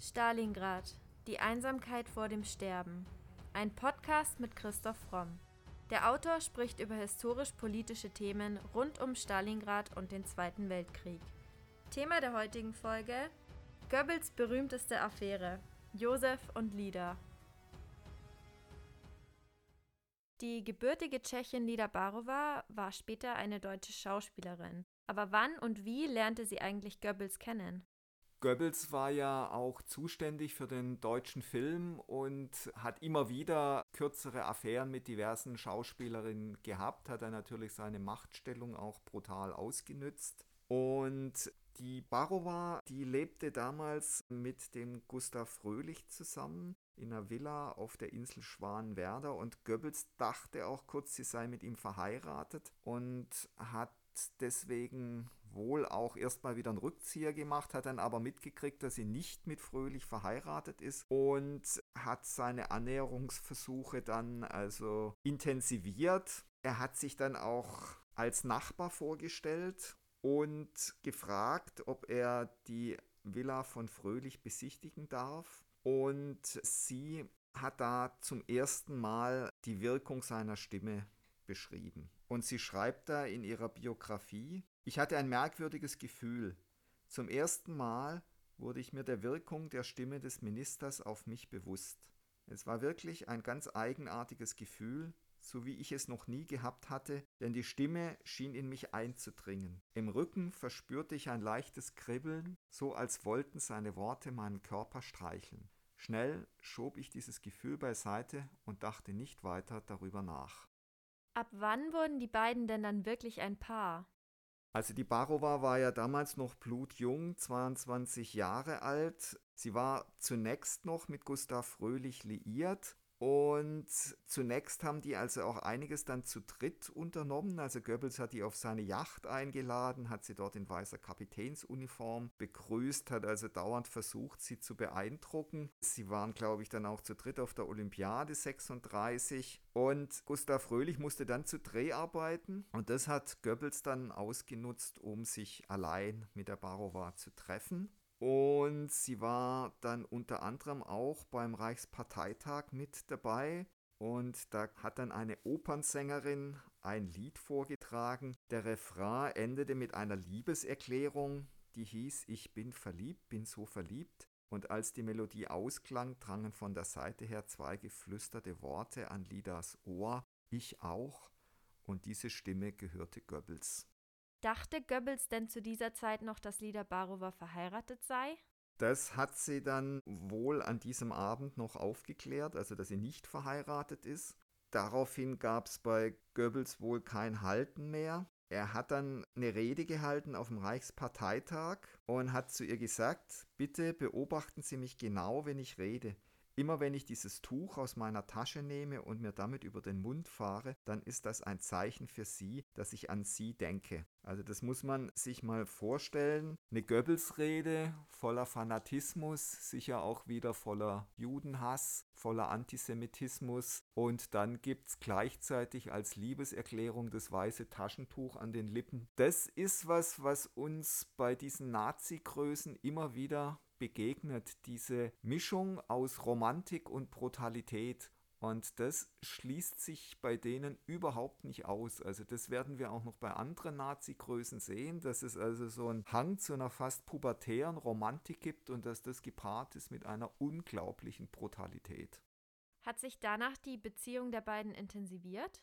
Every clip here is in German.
Stalingrad. Die Einsamkeit vor dem Sterben. Ein Podcast mit Christoph Fromm. Der Autor spricht über historisch-politische Themen rund um Stalingrad und den Zweiten Weltkrieg. Thema der heutigen Folge: Goebbels berühmteste Affäre, Josef und Lida. Die gebürtige Tschechin Lida Barová war später eine deutsche Schauspielerin. Aber wann und wie lernte sie eigentlich Goebbels kennen? Goebbels war ja auch zuständig für den deutschen Film und hat immer wieder kürzere Affären mit diversen Schauspielerinnen gehabt, hat er natürlich seine Machtstellung auch brutal ausgenützt. Und die Barová, die lebte damals mit dem Gustav Fröhlich zusammen in einer Villa auf der Insel Schwanwerder, und Goebbels dachte auch kurz, sie sei mit ihm verheiratet und hat deswegen wohl auch erstmal wieder einen Rückzieher gemacht, hat dann aber mitgekriegt, dass sie nicht mit Fröhlich verheiratet ist und hat seine Annäherungsversuche dann also intensiviert. Er hat sich dann auch als Nachbar vorgestellt und gefragt, ob er die Villa von Fröhlich besichtigen darf. Und sie hat da zum ersten Mal die Wirkung seiner Stimme beschrieben. Und sie schreibt da in ihrer Biografie: Ich hatte ein merkwürdiges Gefühl. Zum ersten Mal wurde ich mir der Wirkung der Stimme des Ministers auf mich bewusst. Es war wirklich ein ganz eigenartiges Gefühl, so wie ich es noch nie gehabt hatte, denn die Stimme schien in mich einzudringen. Im Rücken verspürte ich ein leichtes Kribbeln, so als wollten seine Worte meinen Körper streicheln. Schnell schob ich dieses Gefühl beiseite und dachte nicht weiter darüber nach. Ab wann wurden die beiden denn dann wirklich ein Paar? Also die Barová war ja damals noch blutjung, 22 Jahre alt. Sie war zunächst noch mit Gustav Fröhlich liiert. Und zunächst haben die also auch einiges dann zu dritt unternommen. Also Goebbels hat die auf seine Yacht eingeladen, hat sie dort in weißer Kapitänsuniform begrüßt, hat also dauernd versucht, sie zu beeindrucken. Sie waren, glaube ich, dann auch zu dritt auf der Olympiade 36. Und Gustav Fröhlich musste dann zu Dreharbeiten. Und das hat Goebbels dann ausgenutzt, um sich allein mit der Barová zu treffen. Und sie war dann unter anderem auch beim Reichsparteitag mit dabei. Und da hat dann eine Opernsängerin ein Lied vorgetragen. Der Refrain endete mit einer Liebeserklärung, die hieß: Ich bin verliebt, bin so verliebt. Und als die Melodie ausklang, drangen von der Seite her zwei geflüsterte Worte an Lidas Ohr: Ich auch. Und diese Stimme gehörte Goebbels. Dachte Goebbels denn zu dieser Zeit noch, dass Lida Barová verheiratet sei? Das hat sie dann wohl an diesem Abend noch aufgeklärt, also dass sie nicht verheiratet ist. Daraufhin gab es bei Goebbels wohl kein Halten mehr. Er hat dann eine Rede gehalten auf dem Reichsparteitag und hat zu ihr gesagt: Bitte beobachten Sie mich genau, wenn ich rede. Immer wenn ich dieses Tuch aus meiner Tasche nehme und mir damit über den Mund fahre, dann ist das ein Zeichen für Sie, dass ich an Sie denke. Also das muss man sich mal vorstellen. Eine Goebbels-Rede voller Fanatismus, sicher auch wieder voller Judenhass, voller Antisemitismus. Und dann gibt es gleichzeitig als Liebeserklärung das weiße Taschentuch an den Lippen. Das ist was uns bei diesen Nazi-Größen immer wieder begegnet, diese Mischung aus Romantik und Brutalität. Und das schließt sich bei denen überhaupt nicht aus. Also das werden wir auch noch bei anderen Nazi-Größen sehen, dass es also so einen Hang zu einer fast pubertären Romantik gibt und dass das gepaart ist mit einer unglaublichen Brutalität. Hat sich danach die Beziehung der beiden intensiviert?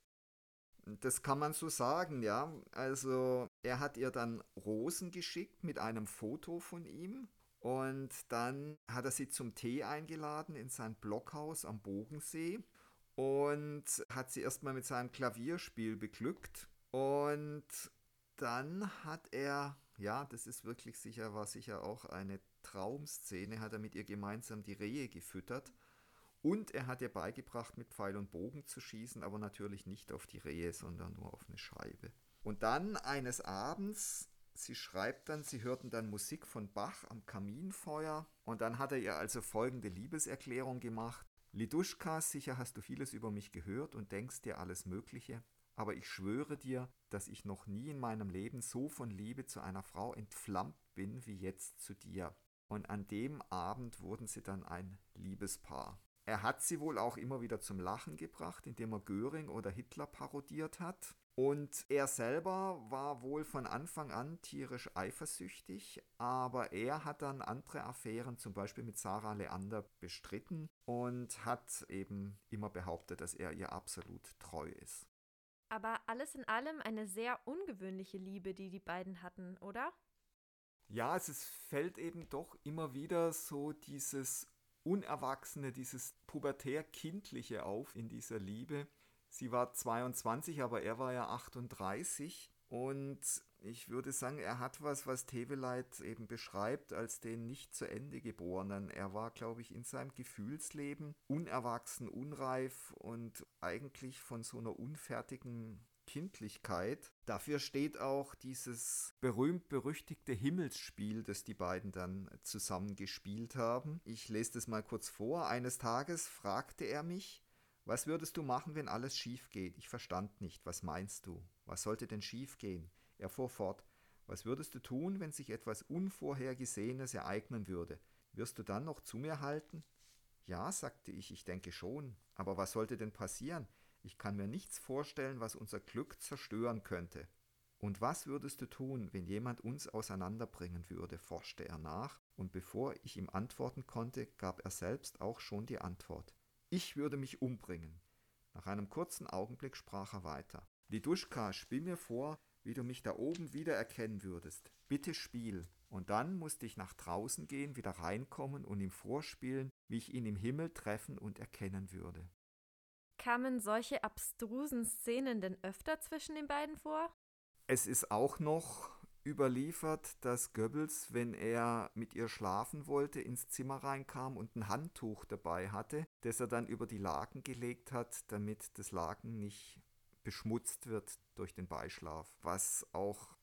Das kann man so sagen, ja. Also er hat ihr dann Rosen geschickt mit einem Foto von ihm. Und dann hat er sie zum Tee eingeladen in sein Blockhaus am Bogensee und hat sie erstmal mit seinem Klavierspiel beglückt. Und dann hat er, ja, das ist wirklich sicher, war sicher auch eine Traumszene, hat er mit ihr gemeinsam die Rehe gefüttert. Und er hat ihr beigebracht, mit Pfeil und Bogen zu schießen, aber natürlich nicht auf die Rehe, sondern nur auf eine Scheibe. Und dann eines Abends, sie schreibt dann, sie hörten dann Musik von Bach am Kaminfeuer, und dann hat er ihr also folgende Liebeserklärung gemacht: Liduschka, sicher hast du vieles über mich gehört und denkst dir alles Mögliche, aber ich schwöre dir, dass ich noch nie in meinem Leben so von Liebe zu einer Frau entflammt bin wie jetzt zu dir. und an dem Abend wurden sie dann ein Liebespaar. Er hat sie wohl auch immer wieder zum Lachen gebracht, indem er Göring oder Hitler parodiert hat. Und er selber war wohl von Anfang an tierisch eifersüchtig, aber er hat dann andere Affären, zum Beispiel mit Sarah Leander, bestritten und hat eben immer behauptet, dass er ihr absolut treu ist. Aber alles in allem eine sehr ungewöhnliche Liebe, die die beiden hatten, oder? Ja, es fällt eben doch immer wieder so dieses Unerwachsene, dieses pubertär-kindliche auf in dieser Liebe. Sie war 22, aber er war ja 38 und ich würde sagen, er hat was Teveleit eben beschreibt als den nicht zu Ende Geborenen. Er war, glaube ich, in seinem Gefühlsleben unerwachsen, unreif und eigentlich von so einer unfertigen Kindlichkeit. Dafür steht auch dieses berühmt-berüchtigte Himmelsspiel, das die beiden dann zusammen gespielt haben. Ich lese das mal kurz vor. Eines Tages fragte er mich: Was würdest du machen, wenn alles schief geht? Ich verstand nicht. Was meinst du? Was sollte denn schief gehen? Er fuhr fort: Was würdest du tun, wenn sich etwas Unvorhergesehenes ereignen würde? Wirst du dann noch zu mir halten? Ja, sagte ich denke schon. Aber was sollte denn passieren? Ich kann mir nichts vorstellen, was unser Glück zerstören könnte. Und was würdest du tun, wenn jemand uns auseinanderbringen würde, forschte er nach, und bevor ich ihm antworten konnte, gab er selbst auch schon die Antwort. Ich würde mich umbringen. Nach einem kurzen Augenblick sprach er weiter. Liduschka, spiel mir vor, wie du mich da oben wieder erkennen würdest. Bitte spiel. Und dann musste ich nach draußen gehen, wieder reinkommen und ihm vorspielen, wie ich ihn im Himmel treffen und erkennen würde. Kamen solche abstrusen Szenen denn öfter zwischen den beiden vor? Es ist auch noch überliefert, dass Goebbels, wenn er mit ihr schlafen wollte, ins Zimmer reinkam und ein Handtuch dabei hatte, das er dann über die Laken gelegt hat, damit das Laken nicht beschmutzt wird durch den Beischlaf, was auch,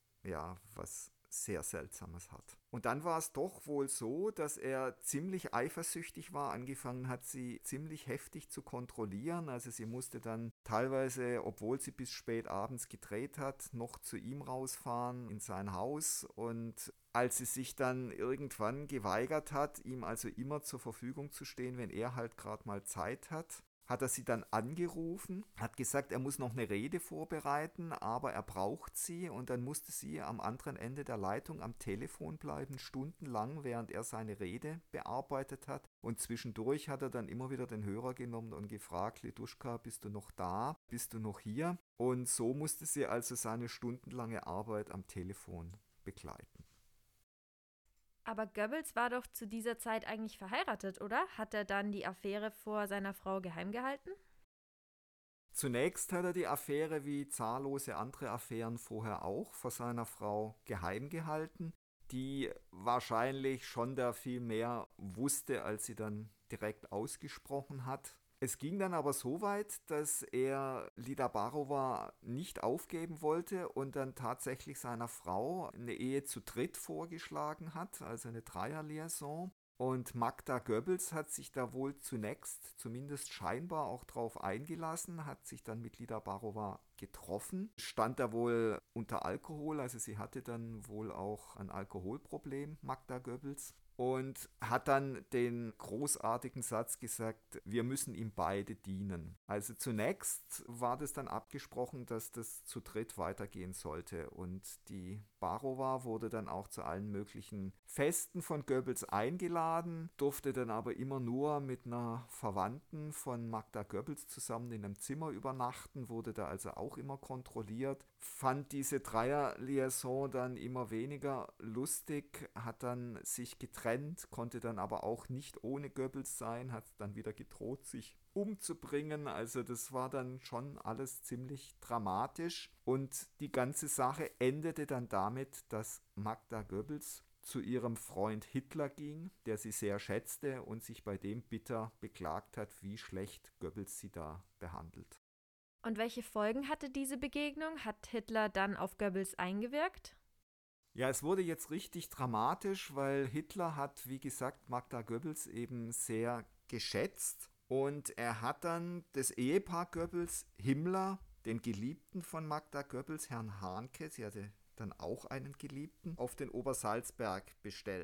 was sehr Seltsames hat. Und dann war es doch wohl so, dass er ziemlich eifersüchtig war, angefangen hat, sie ziemlich heftig zu kontrollieren. Also sie musste dann teilweise, obwohl sie bis spät abends gedreht hat, noch zu ihm rausfahren in sein Haus. Und als sie sich dann irgendwann geweigert hat, ihm also immer zur Verfügung zu stehen, wenn er halt gerade mal Zeit hat er sie dann angerufen, hat gesagt, er muss noch eine Rede vorbereiten, aber er braucht sie, und dann musste sie am anderen Ende der Leitung am Telefon bleiben, stundenlang, während er seine Rede bearbeitet hat, und zwischendurch hat er dann immer wieder den Hörer genommen und gefragt: Liduschka, bist du noch da? Bist du noch hier? Und so musste sie also seine stundenlange Arbeit am Telefon begleiten. Aber Goebbels war doch zu dieser Zeit eigentlich verheiratet, oder? Hat er dann die Affäre vor seiner Frau geheim gehalten? Zunächst hat er die Affäre wie zahllose andere Affären vorher auch vor seiner Frau geheim gehalten, die wahrscheinlich schon da viel mehr wusste, als sie dann direkt ausgesprochen hat. Es ging dann aber so weit, dass er Lida Barowa nicht aufgeben wollte und dann tatsächlich seiner Frau eine Ehe zu dritt vorgeschlagen hat, also eine Dreierliaison. Und Magda Goebbels hat sich da wohl zunächst, zumindest scheinbar, auch drauf eingelassen, hat sich dann mit Lida Barowa getroffen, stand da wohl unter Alkohol, also sie hatte dann wohl auch ein Alkoholproblem, Magda Goebbels. Und hat dann den großartigen Satz gesagt: Wir müssen ihm beide dienen. Also zunächst war das dann abgesprochen, dass das zu dritt weitergehen sollte. Und die Barowa wurde dann auch zu allen möglichen Festen von Goebbels eingeladen, durfte dann aber immer nur mit einer Verwandten von Magda Goebbels zusammen in einem Zimmer übernachten, wurde da also auch immer kontrolliert, fand diese Dreierliaison dann immer weniger lustig, hat dann sich getrennt, konnte dann aber auch nicht ohne Goebbels sein, hat dann wieder gedroht, sich umzubringen. Also das war dann schon alles ziemlich dramatisch, und die ganze Sache endete dann damit, dass Magda Goebbels zu ihrem Freund Hitler ging, der sie sehr schätzte und sich bei dem bitter beklagt hat, wie schlecht Goebbels sie da behandelt. Und welche Folgen hatte diese Begegnung? Hat Hitler dann auf Goebbels eingewirkt? Ja, es wurde jetzt richtig dramatisch, weil Hitler hat, wie gesagt, Magda Goebbels eben sehr geschätzt, und er hat dann das Ehepaar Goebbels, Himmler, den Geliebten von Magda Goebbels, Herrn Hahnke, sie hatte dann auch einen Geliebten, auf den Obersalzberg bestellt.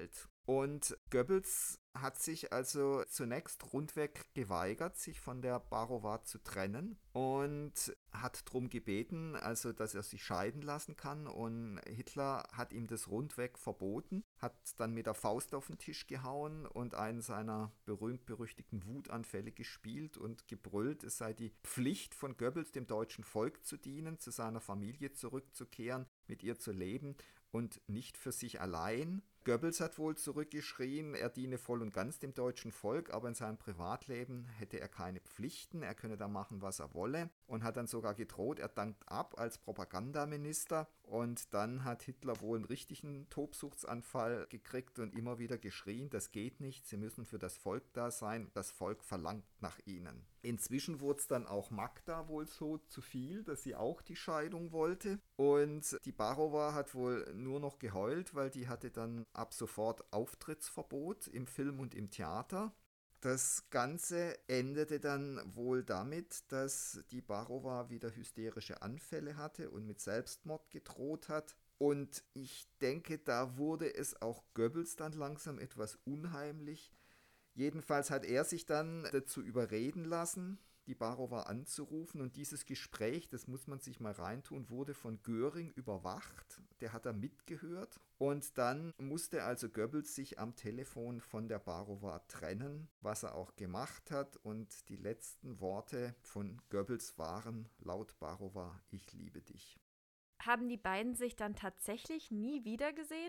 Und Goebbels hat sich also zunächst rundweg geweigert, sich von der Barowa zu trennen und hat darum gebeten, also dass er sich scheiden lassen kann. Und Hitler hat ihm das rundweg verboten, hat dann mit der Faust auf den Tisch gehauen und einen seiner berühmt-berüchtigten Wutanfälle gespielt und gebrüllt, es sei die Pflicht von Goebbels, dem deutschen Volk zu dienen, zu seiner Familie zurückzukehren, mit ihr zu leben und nicht für sich allein. Goebbels hat wohl zurückgeschrien, er diene voll und ganz dem deutschen Volk, aber in seinem Privatleben hätte er keine Pflichten, er könne da machen, was er wolle, und hat dann sogar gedroht, er dankt ab als Propagandaminister. Und dann hat Hitler wohl einen richtigen Tobsuchtsanfall gekriegt und immer wieder geschrien, das geht nicht, sie müssen für das Volk da sein, das Volk verlangt nach ihnen. Inzwischen wurde es dann auch Magda wohl so zu viel, dass sie auch die Scheidung wollte. Und die Barowa hat wohl nur noch geheult, weil die hatte dann ab sofort Auftrittsverbot im Film und im Theater. Das Ganze endete dann wohl damit, dass die Barowa wieder hysterische Anfälle hatte und mit Selbstmord gedroht hat. Und ich denke, da wurde es auch Goebbels dann langsam etwas unheimlich. Jedenfalls hat er sich dann dazu überreden lassen, die Barowa anzurufen, und dieses Gespräch, das muss man sich mal reintun, wurde von Göring überwacht. Der hat da mitgehört und dann musste also Goebbels sich am Telefon von der Barowa trennen, was er auch gemacht hat, und die letzten Worte von Goebbels waren laut Barowa: Ich liebe dich. Haben die beiden sich dann tatsächlich nie wieder gesehen?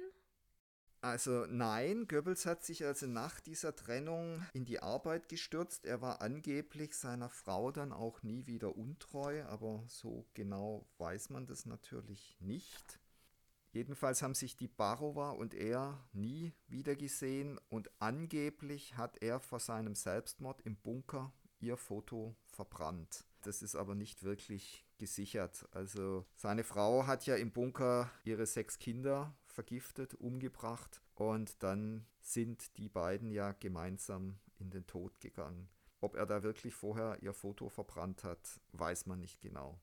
Also nein, Goebbels hat sich also nach dieser Trennung in die Arbeit gestürzt. Er war angeblich seiner Frau dann auch nie wieder untreu, aber so genau weiß man das natürlich nicht. Jedenfalls haben sich die Barowa und er nie wieder gesehen, und angeblich hat er vor seinem Selbstmord im Bunker ihr Foto verbrannt. Das ist aber nicht wirklich gesichert. Also seine Frau hat ja im Bunker ihre 6 Kinder vergiftet, umgebracht, und dann sind die beiden ja gemeinsam in den Tod gegangen. Ob er da wirklich vorher ihr Foto verbrannt hat, weiß man nicht genau.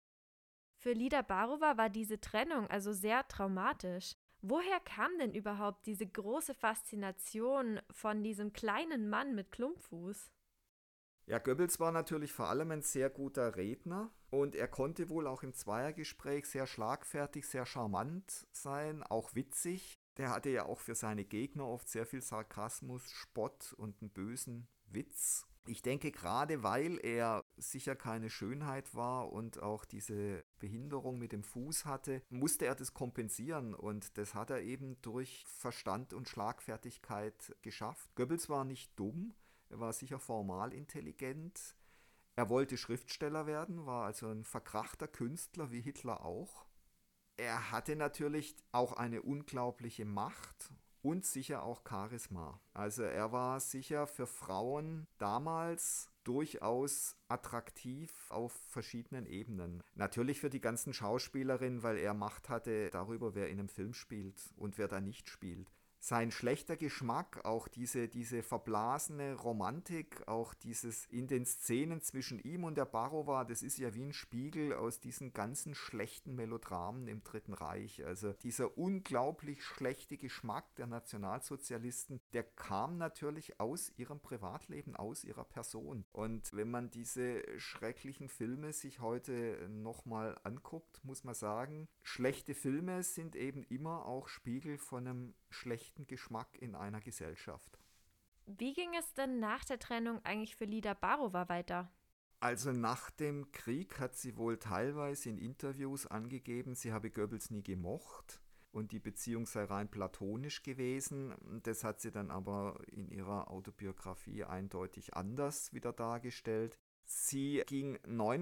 Für Lida Barowa war diese Trennung also sehr traumatisch. Woher kam denn überhaupt diese große Faszination von diesem kleinen Mann mit Klumpfuß? Ja, Goebbels war natürlich vor allem ein sehr guter Redner, und er konnte wohl auch im Zweiergespräch sehr schlagfertig, sehr charmant sein, auch witzig. Der hatte ja auch für seine Gegner oft sehr viel Sarkasmus, Spott und einen bösen Witz. Ich denke, gerade weil er sicher keine Schönheit war und auch diese Behinderung mit dem Fuß hatte, musste er das kompensieren, und das hat er eben durch Verstand und Schlagfertigkeit geschafft. Goebbels war nicht dumm, er war sicher formal intelligent. Er wollte Schriftsteller werden, war also ein verkrachter Künstler wie Hitler auch. Er hatte natürlich auch eine unglaubliche Macht und sicher auch Charisma. Also er war sicher für Frauen damals durchaus attraktiv auf verschiedenen Ebenen. Natürlich für die ganzen Schauspielerinnen, weil er Macht hatte darüber, wer in einem Film spielt und wer da nicht spielt. Sein schlechter Geschmack, auch diese verblasene Romantik, auch dieses in den Szenen zwischen ihm und der Barowa, das ist ja wie ein Spiegel aus diesen ganzen schlechten Melodramen im Dritten Reich. Also dieser unglaublich schlechte Geschmack der Nationalsozialisten, der kam natürlich aus ihrem Privatleben, aus ihrer Person. Und wenn man diese schrecklichen Filme sich heute nochmal anguckt, muss man sagen, schlechte Filme sind eben immer auch Spiegel von einem schlechten Geschmack in einer Gesellschaft. Wie ging es denn nach der Trennung eigentlich für Lida Barowa weiter? Also nach dem Krieg hat sie wohl teilweise in Interviews angegeben, sie habe Goebbels nie gemocht und die Beziehung sei rein platonisch gewesen. Das hat sie dann aber in ihrer Autobiografie eindeutig anders wieder dargestellt. Sie ging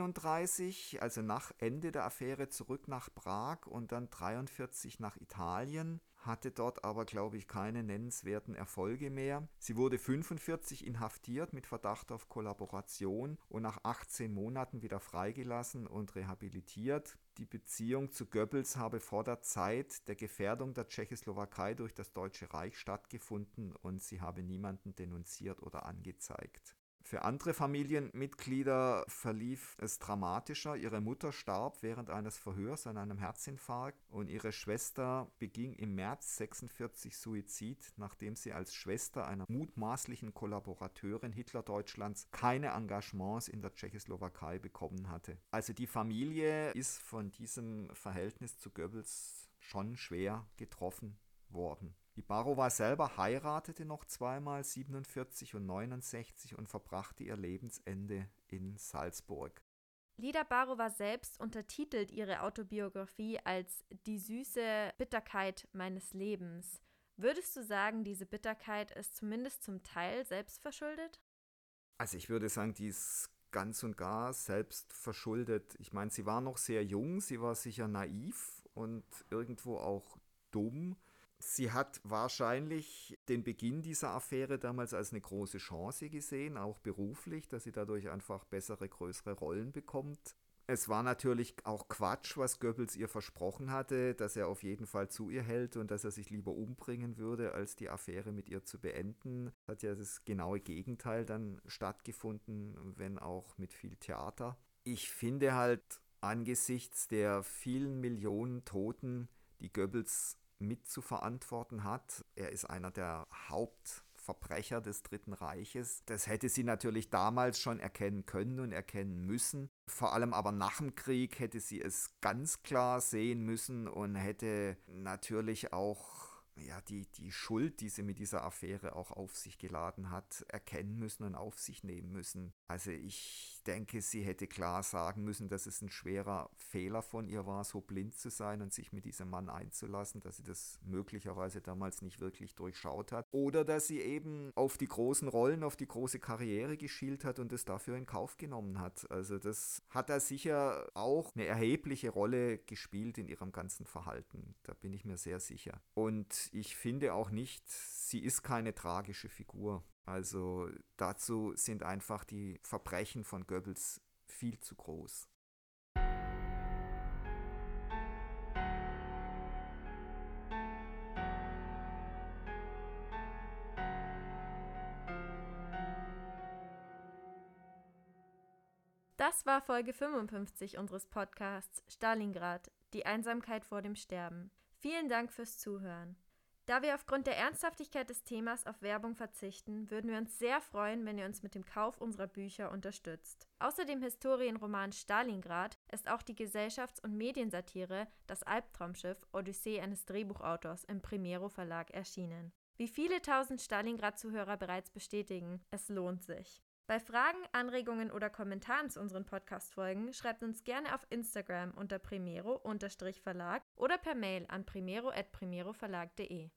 1939, also nach Ende der Affäre, zurück nach Prag und dann 1943 nach Italien, hatte dort aber, glaube ich, keine nennenswerten Erfolge mehr. Sie wurde 1945 inhaftiert mit Verdacht auf Kollaboration und nach 18 Monaten wieder freigelassen und rehabilitiert. Die Beziehung zu Goebbels habe vor der Zeit der Gefährdung der Tschechoslowakei durch das Deutsche Reich stattgefunden und sie habe niemanden denunziert oder angezeigt. Für andere Familienmitglieder verlief es dramatischer. Ihre Mutter starb während eines Verhörs an einem Herzinfarkt und ihre Schwester beging im März 1946 Suizid, nachdem sie als Schwester einer mutmaßlichen Kollaborateurin Hitlerdeutschlands keine Engagements in der Tschechoslowakei bekommen hatte. Also die Familie ist von diesem Verhältnis zu Goebbels schon schwer getroffen worden. Die Barowa selber heiratete noch zweimal, 47 und 69, und verbrachte ihr Lebensende in Salzburg. Lida Barowa selbst untertitelt ihre Autobiografie als »Die süße Bitterkeit meines Lebens«. Würdest du sagen, diese Bitterkeit ist zumindest zum Teil selbstverschuldet? Also ich würde sagen, die ist ganz und gar selbstverschuldet. Ich meine, sie war noch sehr jung, sie war sicher naiv und irgendwo auch dumm. Sie hat wahrscheinlich den Beginn dieser Affäre damals als eine große Chance gesehen, auch beruflich, dass sie dadurch einfach bessere, größere Rollen bekommt. Es war natürlich auch Quatsch, was Goebbels ihr versprochen hatte, dass er auf jeden Fall zu ihr hält und dass er sich lieber umbringen würde, als die Affäre mit ihr zu beenden. Hat ja das genaue Gegenteil dann stattgefunden, wenn auch mit viel Theater. Ich finde halt angesichts der vielen Millionen Toten, die Goebbels mit zu verantworten hat. Er ist einer der Hauptverbrecher des Dritten Reiches. Das hätte sie natürlich damals schon erkennen können und erkennen müssen. Vor allem aber nach dem Krieg hätte sie es ganz klar sehen müssen und hätte natürlich auch die Schuld, die sie mit dieser Affäre auch auf sich geladen hat, erkennen müssen und auf sich nehmen müssen. Also ich denke, sie hätte klar sagen müssen, dass es ein schwerer Fehler von ihr war, so blind zu sein und sich mit diesem Mann einzulassen, dass sie das möglicherweise damals nicht wirklich durchschaut hat. Oder dass sie eben auf die großen Rollen, auf die große Karriere geschielt hat und es dafür in Kauf genommen hat. Also das hat da sicher auch eine erhebliche Rolle gespielt in ihrem ganzen Verhalten. Da bin ich mir sehr sicher. Und ich finde auch nicht, sie ist keine tragische Figur. Also dazu sind einfach die Verbrechen von Goebbels viel zu groß. Das war Folge 55 unseres Podcasts Stalingrad, die Einsamkeit vor dem Sterben. Vielen Dank fürs Zuhören. Da wir aufgrund der Ernsthaftigkeit des Themas auf Werbung verzichten, würden wir uns sehr freuen, wenn ihr uns mit dem Kauf unserer Bücher unterstützt. Außer dem Historienroman Stalingrad ist auch die Gesellschafts- und Mediensatire Das Albtraumschiff – Odyssee eines Drehbuchautors im Primero Verlag erschienen. Wie viele tausend Stalingrad-Zuhörer bereits bestätigen, es lohnt sich. Bei Fragen, Anregungen oder Kommentaren zu unseren Podcast-Folgen schreibt uns gerne auf Instagram unter primero_verlag oder per Mail an primero@primeroverlag.de.